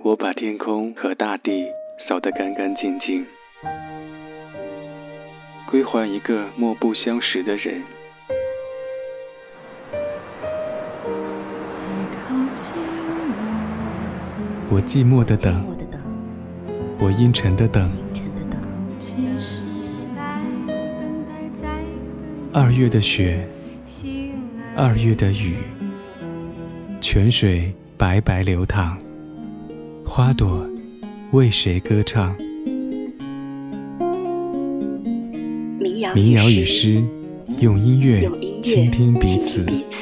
我把天空和大地扫得干干净净，归还一个莫不相识的人。 我寂寞的等，我阴沉的等。2月的雪，2月的雨，泉水白白流淌，花朵为谁歌唱？民谣与诗，用音乐倾听彼此。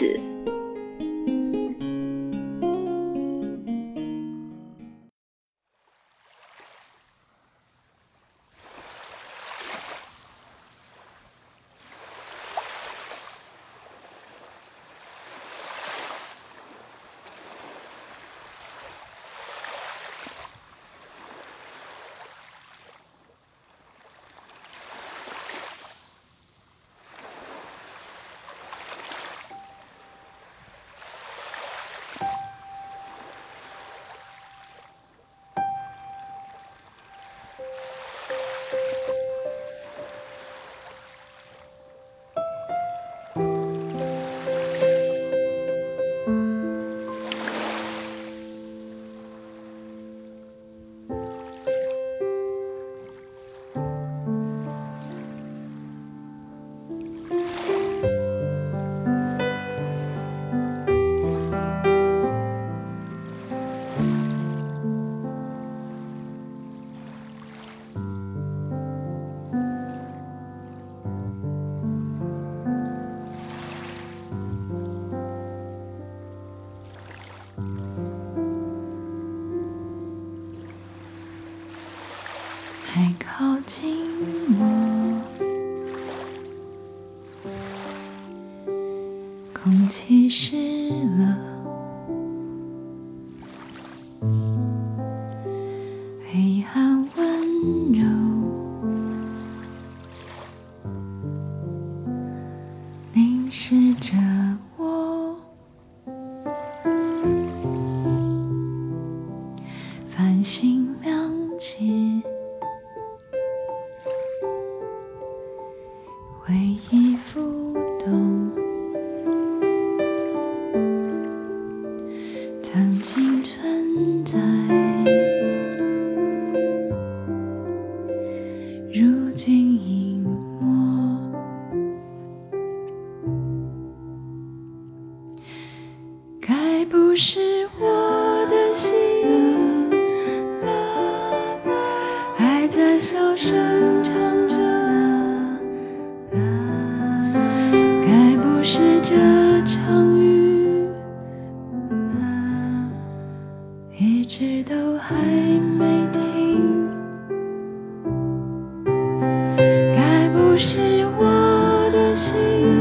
太靠近我，空气湿了，黑暗温柔，凝视着我，繁星亮起，回忆浮动，曾经存在，如今隐没，该不是我的心还在小声唱着，该不是这场雨一直都还没停，该不是我的心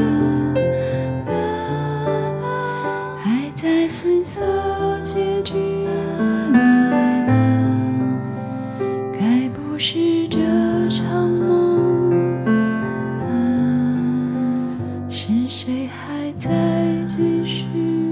还在思索结局，该不是这场梦是谁还在继续？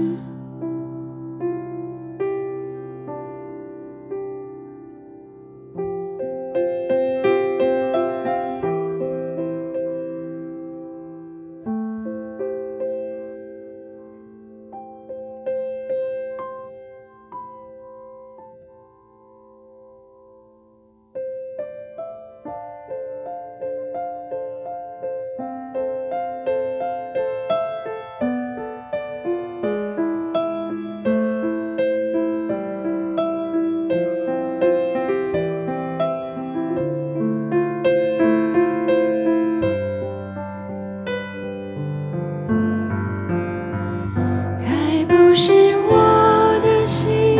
该不是我的心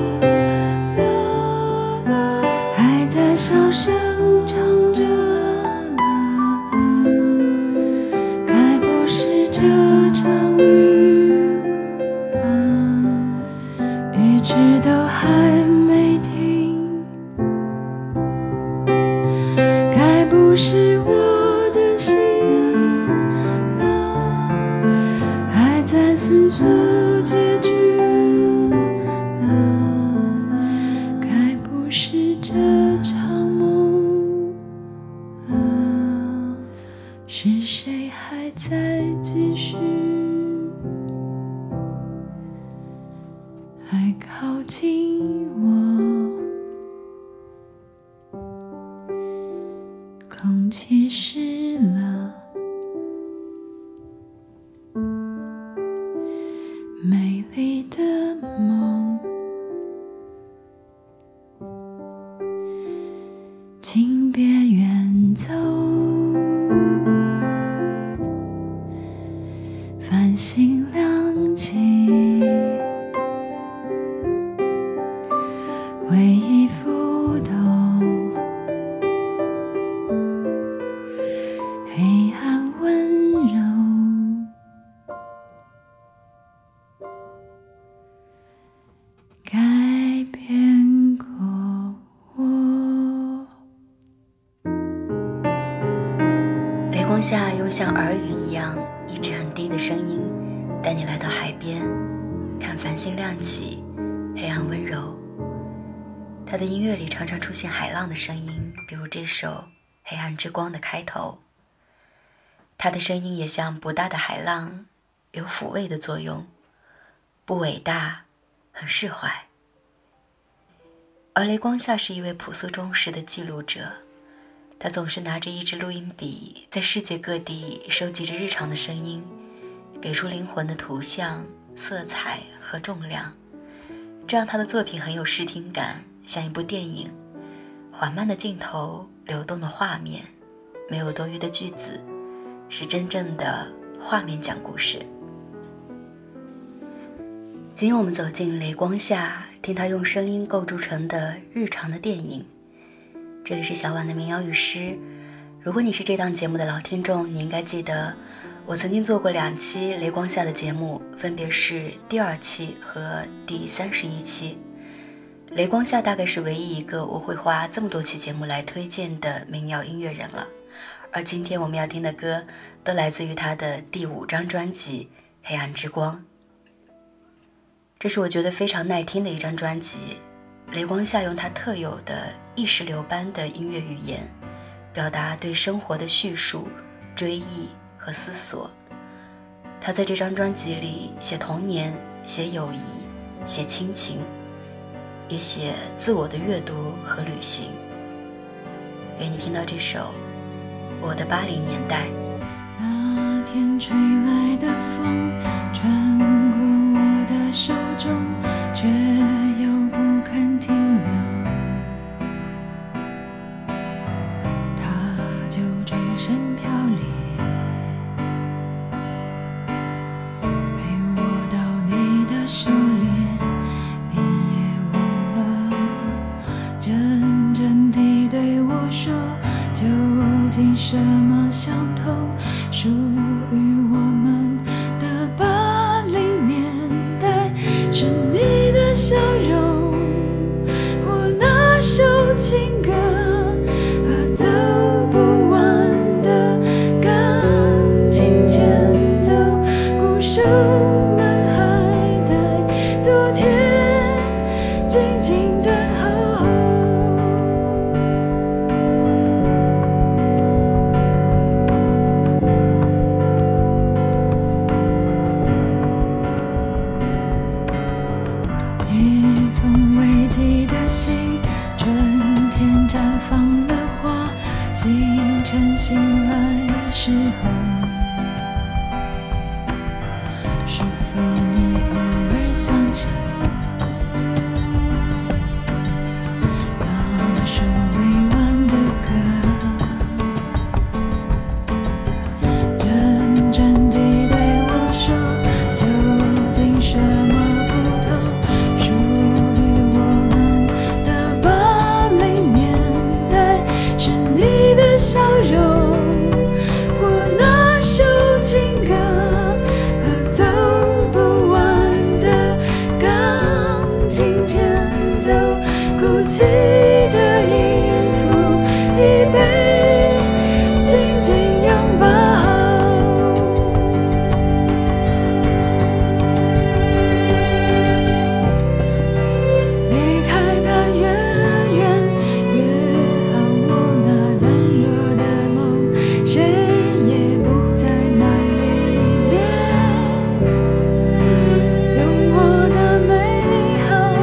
还在小声唱着，该不是这场雨一直都还没停，该不是我的心还在思索结局， 靠近我，空气湿了，美丽的梦，请别远走，繁星亮起，回忆浮动，黑暗温柔，改变过我。 雷光下用像耳语一样一直很低的声音带你来到海边，看繁星亮起，黑暗温柔。他的音乐里常常出现海浪的声音，比如这首《黑暗之光》的开头。他的声音也像不大的海浪，有抚慰的作用，不伟大，很释怀。而雷光下是一位朴素忠实的记录者，他总是拿着一支录音笔，在世界各地收集着日常的声音，给出灵魂的图像、色彩和重量，这让他的作品很有视听感，像一部电影。缓慢的镜头，流动的画面，没有多余的句子，是真正的画面讲故事。今天我们走进雷光下，听他用声音构筑成的日常的电影。这里是小婉的民谣与诗。如果你是这档节目的老听众，你应该记得我曾经做过2期雷光下的节目，分别是第2期和第31期。雷光下大概是唯一一个我会花这么多期节目来推荐的民谣音乐人了。而今天我们要听的歌都来自于他的第5张专辑《黑暗之光》。这是我觉得非常耐听的一张专辑。雷光下用他特有的意识流般的音乐语言，表达对生活的叙述、追忆和思索。他在这张专辑里写童年，写友谊，写亲情，也写自我的阅读和旅行。给你听到这首《我的80年代》。 那天吹来的风穿过我的手中，却又不肯停留，它就转身飘离，陪我到你的狩猎，你也忘了认真地对我说，究竟什么相同，属于我们的80年代，是你的笑容，我那首情歌和走不完的钢琴前奏，鼓手们还在昨天静静等候。一封未寄的信，春天绽放了花，清晨醒来时候，是否你偶尔想起那首委婉的歌，认真地对我说，究竟什么不同，属于我们的80年代，是你的笑容，我那首情歌和走不完的钢琴前奏，哭泣的音符已被紧紧拥抱。离开它越远越好，我那软弱的梦，谁也不在那里面，用我的美好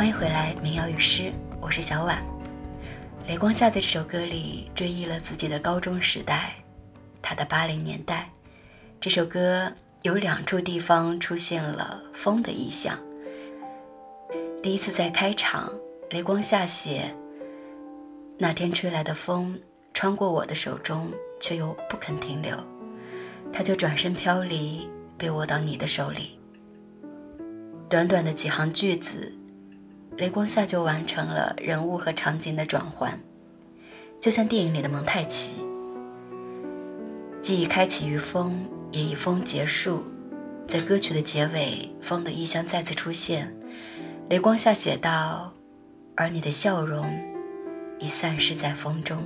欢迎回来民谣与诗，我是小婉。雷光夏在这首歌里追忆了自己的高中时代，他的80年代。这首歌有2处地方出现了风的意象。第一次在开场，雷光夏写那天吹来的风穿过我的手中，却又不肯停留，它就转身飘离，被握到你的手里。短短的几行句子，雷光夏就完成了人物和场景的转换，就像电影里的蒙太奇。既已开启于风，也以风结束。在歌曲的结尾，风的意象再次出现。雷光夏写道：而你的笑容已散失在风中。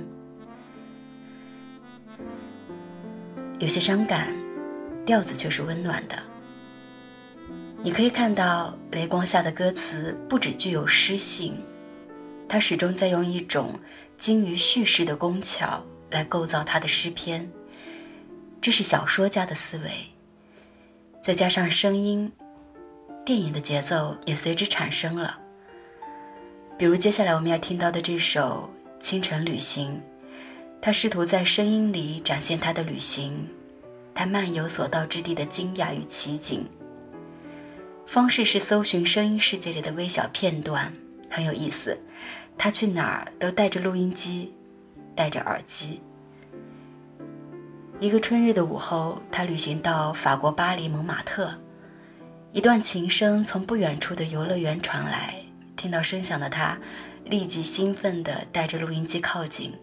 有些伤感，调子却是温暖的。你可以看到雷光夏的歌词不只具有诗性，他始终在用一种精于叙事的工巧来构造他的诗篇，这是小说家的思维。再加上声音，电影的节奏也随之产生了。比如接下来我们要听到的这首《清晨旅行》，他试图在声音里展现他的旅行，他漫游所到之地的惊讶与奇景。方式是搜寻声音世界里的微小片段，很有意思。他去哪儿都带着录音机，戴着耳机。一个春日的午后，他旅行到法国巴黎蒙马特，一段琴声从不远处的游乐园传来，听到声响的他立即兴奋地带着录音机靠近。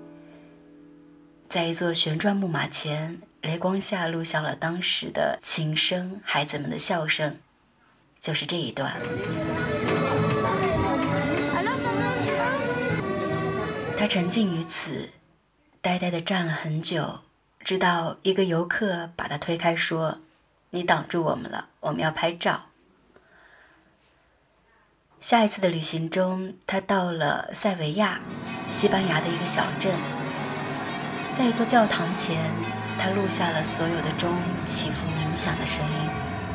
在一座旋转木马前，雷光夏录下了当时的琴声，孩子们的笑声，就是这一段。他沉浸于此，呆呆地站了很久，直到一个游客把他推开说：你挡住我们了，我们要拍照。下一次的旅行中，他到了塞维亚，西班牙的一个小镇。在一座教堂前，他录下了所有的钟起伏冥想的声音。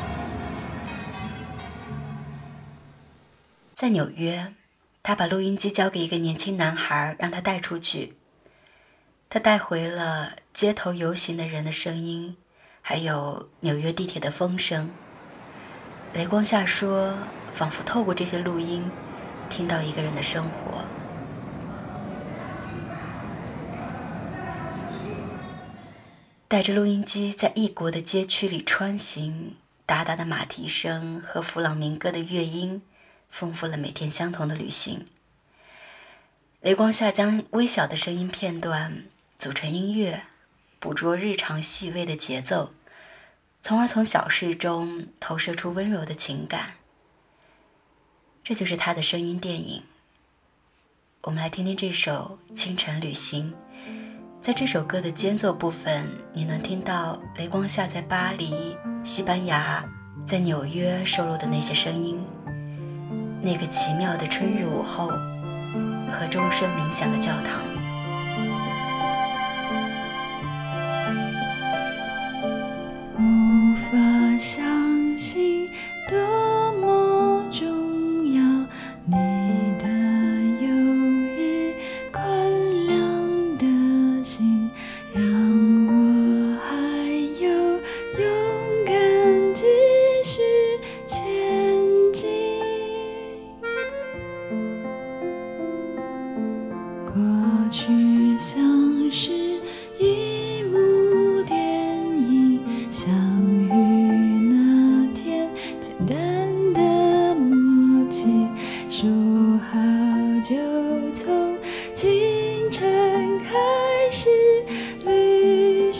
在纽约，他把录音机交给一个年轻男孩，让他带出去。他带回了街头游行的人的声音，还有纽约地铁的风声。雷光夏说，仿佛透过这些录音，听到一个人的生活。带着录音机在异国的街区里穿行，哒哒的马蹄声和弗朗明哥的乐音丰富了每天相同的旅行。雷光夏将微小的声音片段组成音乐，捕捉日常细微的节奏，从而从小事中投射出温柔的情感。这就是他的声音电影。我们来听听这首《清晨旅行》。在这首歌的间奏部分，你能听到雷光夏在巴黎、西班牙、在纽约收录的那些声音，那个奇妙的春日午后和钟声冥想的教堂。 无法相信多么重要，你的友谊宽亮的心，让我还有勇敢继续前进。过去像是一幕电影，相遇那天简单的默契，说好就从清晨开始旅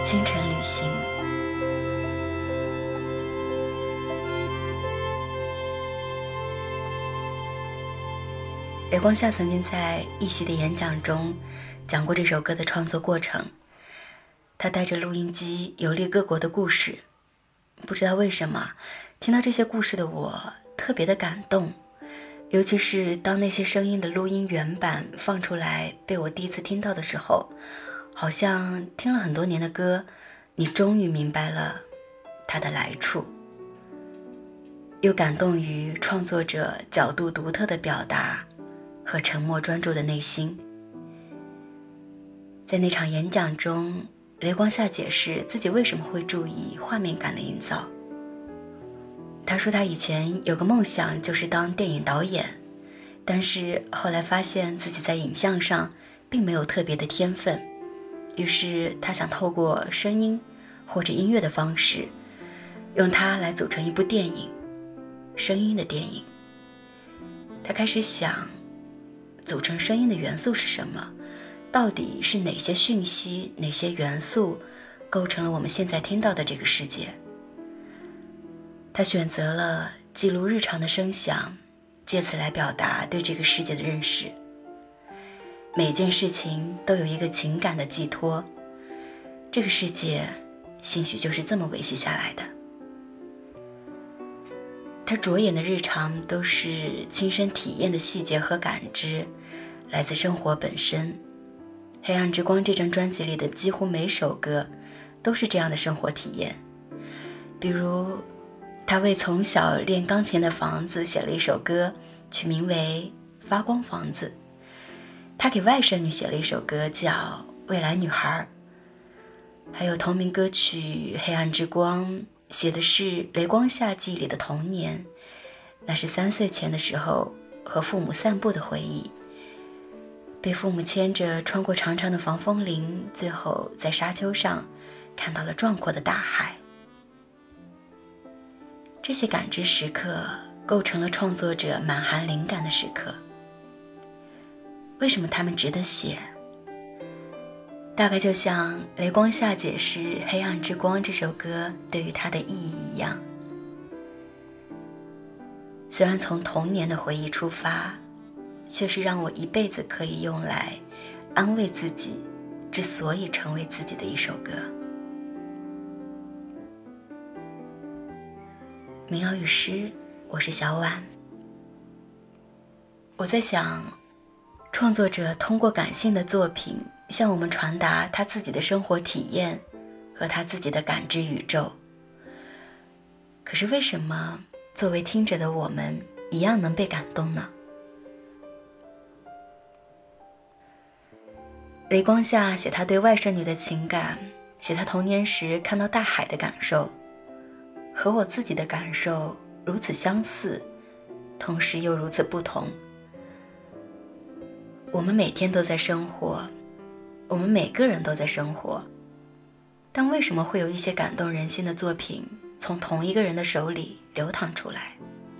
清晨旅行。雷光夏曾经在一席的演讲中讲过这首歌的创作过程。他带着录音机游历各国的故事，不知道为什么，听到这些故事的我特别的感动，尤其是当那些声音的录音原版放出来被我第一次听到的时候，好像听了很多年的歌，你终于明白了它的来处，又感动于创作者角度独特的表达和沉默专注的内心。在那场演讲中，雷光夏解释自己为什么会注意画面感的营造。他说他以前有个梦想，就是当电影导演，但是后来发现自己在影像上并没有特别的天分，于是他想透过声音或者音乐的方式，用它来组成一部电影，声音的电影。他开始想，组成声音的元素是什么？到底是哪些讯息、哪些元素构成了我们现在听到的这个世界？他选择了记录日常的声响，借此来表达对这个世界的认识。每件事情都有一个情感的寄托，这个世界兴许就是这么维系下来的。他着眼的日常都是亲身体验的细节和感知，来自生活本身。黑暗之光这张专辑里的几乎每首歌都是这样的生活体验。比如他为从小练钢琴的房子写了一首歌，取名为发光房子。他给外甥女写了一首歌叫未来女孩。还有同名歌曲黑暗之光，写的是雷光夏记里的童年，那是3岁前的时候和父母散步的回忆，被父母牵着穿过长长的防风林，最后在沙丘上看到了壮阔的大海。这些感知时刻构成了创作者满含灵感的时刻。为什么他们值得写？大概就像雷光夏解释《黑暗之光》这首歌对于他的意义一样。虽然从童年的回忆出发，却是让我一辈子可以用来安慰自己之所以成为自己的一首歌。民谣与诗，我是小婉。我在想，创作者通过感性的作品向我们传达他自己的生活体验和他自己的感知宇宙。可是为什么作为听者的我们一样能被感动呢？雷光夏写他对外甥女的情感，写他童年时看到大海的感受，和我自己的感受如此相似，同时又如此不同。我们每天都在生活，我们每个人都在生活，但为什么会有一些感动人心的作品从同一个人的手里流淌出来？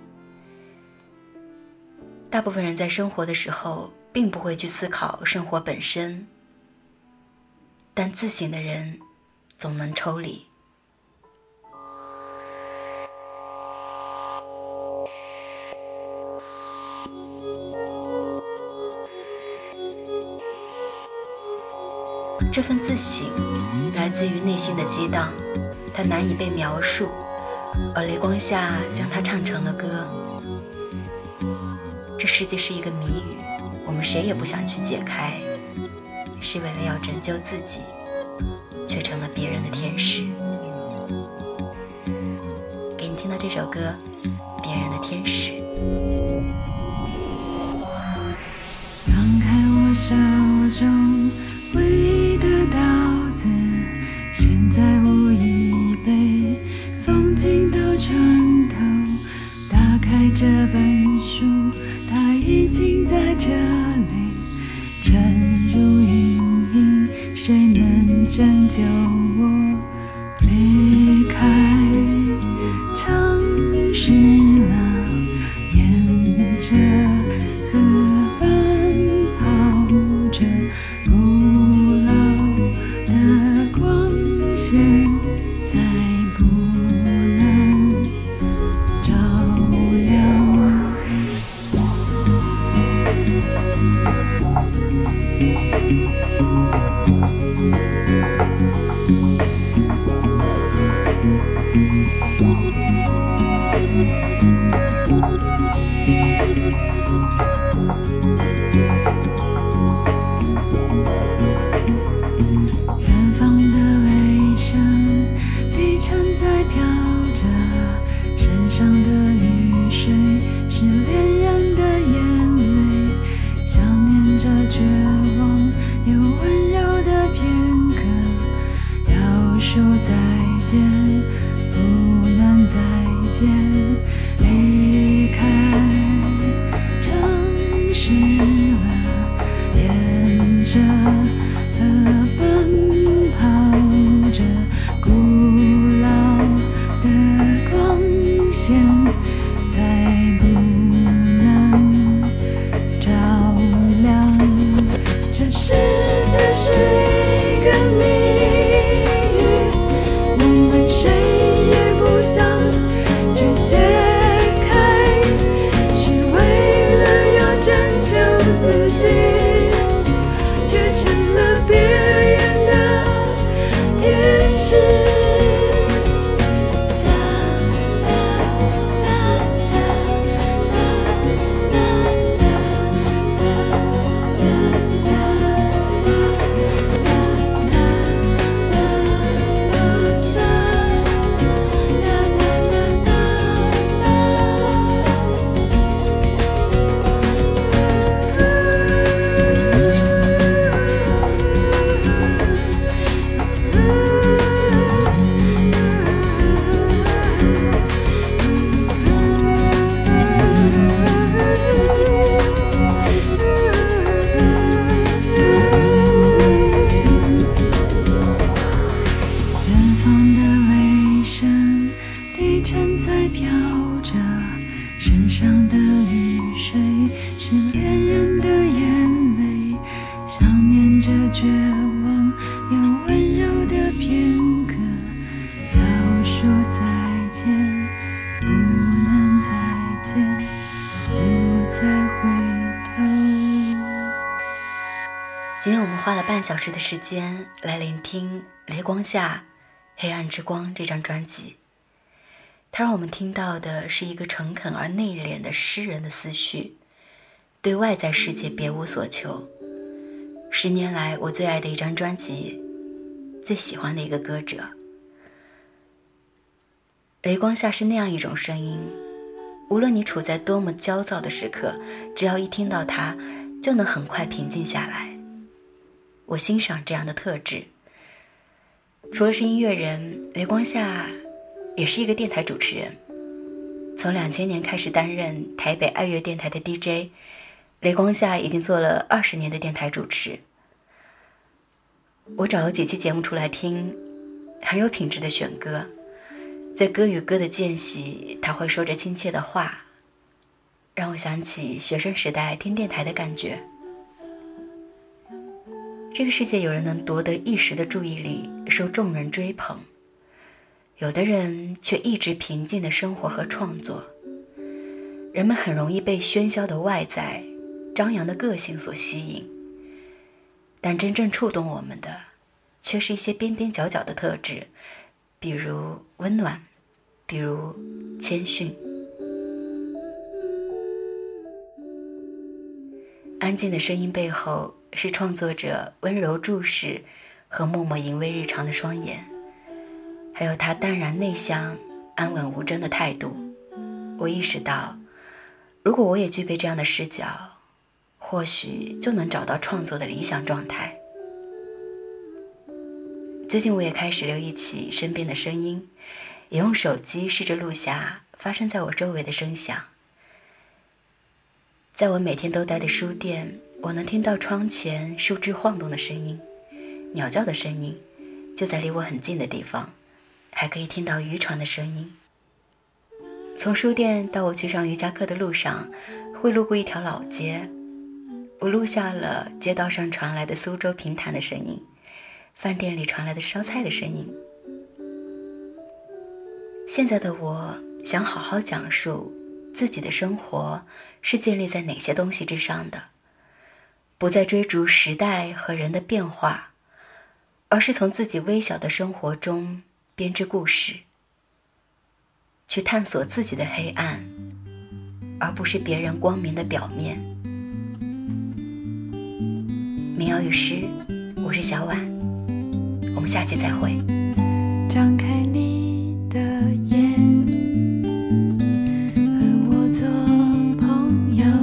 大部分人在生活的时候并不会去思考生活本身，但自省的人总能抽离。这份自省来自于内心的激荡，它难以被描述，而雷光夏将它唱成了歌。这世界是一个谜语，我们谁也不想去解开，是为了要拯救自己，却成了别人的天使。给你听到这首歌，别人的天使。 放开我手中唯一的刀子，现在我已被放进到船头，打开这本书，它已经在这里，沉入阴影，谁能拯救我离开城市了，沿着河畔跑着，古老的光间再不能照亮。远方的雷声低沉在飘着，身上的雨水是恋人的眼泪，想念着绝望又温柔的片刻，要说再见不能再见，离开城市了，沿着河奔跑着，古老的光线再不能照亮。这世界是一个谜语，我们谁也不想去解开，是为了要拯救自己，却成了别人的天使。远方的雷声低沉在飘着，身上的雨水是恋人的眼泪，想念着绝望又温柔的片刻，要说再见不能再见，不再回头。 今天我们花了半小时的时间来聆听雷光下黑暗之光这张专辑，它让我们听到的是一个诚恳而内敛的诗人的思绪，对外在世界别无所求。10年来我最爱的一张专辑，最喜欢的一个歌者。雷光下是那样一种声音，无论你处在多么焦躁的时刻，只要一听到它，就能很快平静下来。我欣赏这样的特质。除了是音乐人，雷光下也是一个电台主持人。从2000年开始担任台北爱乐电台的 DJ， 雷光下已经做了20年的电台主持。我找了几期节目出来听，很有品质的选歌，在歌与歌的间隙，他会说着亲切的话，让我想起学生时代听电台的感觉。这个世界有人能夺得一时的注意力，受众人追捧，有的人却一直平静的生活和创作。人们很容易被喧嚣的外在、张扬的个性所吸引，但真正触动我们的，却是一些边边角角的特质，比如温暖，比如谦逊。安静的声音背后，是创作者温柔注视和默默吟味日常的双眼，还有他淡然内向、安稳无争的态度。我意识到，如果我也具备这样的视角，或许就能找到创作的理想状态。最近我也开始留意起身边的声音，也用手机试着录下发生在我周围的声响。在我每天都待的书店，我能听到窗前树枝晃动的声音，鸟叫的声音，就在离我很近的地方，还可以听到渔船的声音。从书店到我去上瑜伽课的路上，会路过一条老街，我录下了街道上传来的苏州评弹的声音，饭店里传来的烧菜的声音， 现在的我想好好讲述自己的生活是建立在哪些东西之上的，不再追逐时代和人的变化，而是从自己微小的生活中编织故事，去探索自己的黑暗，而不是别人光明的表面。民谣与诗，我是小婉，我们下期再会。 张开你的眼，和我做朋友，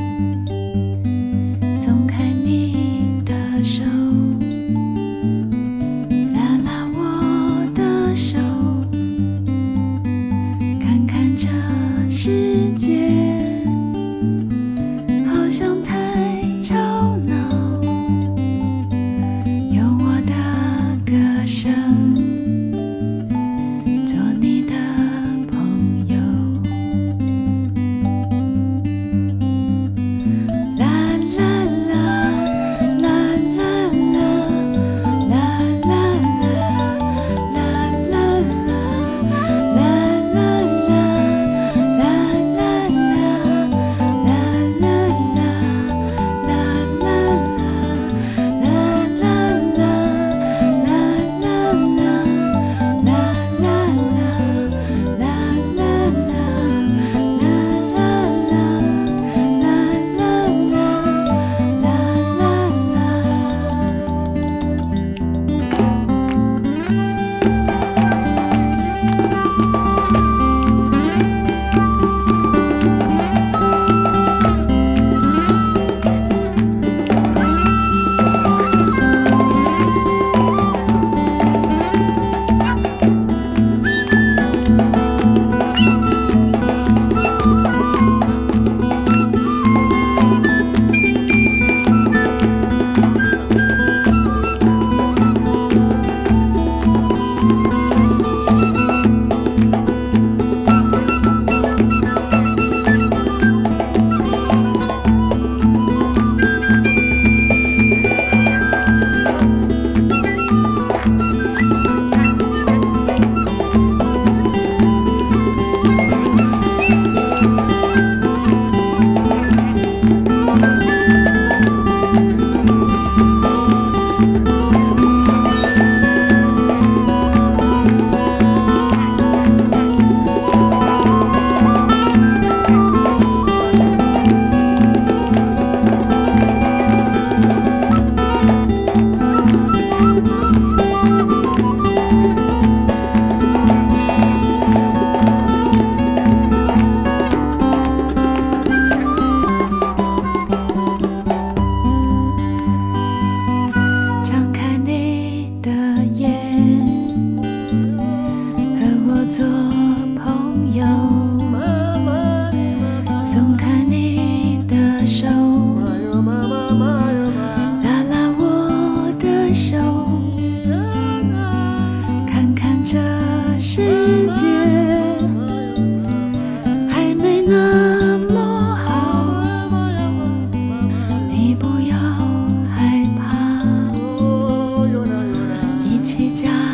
松开你的手，拉拉我的手，看看这世界好像太吵闹，有我的歌声做你的朋友，啦啦啦啦啦啦啦啦啦啦啦做朋友，松开你的手，拉拉我的手，看看这世界还没那么好，你不要害怕，一起加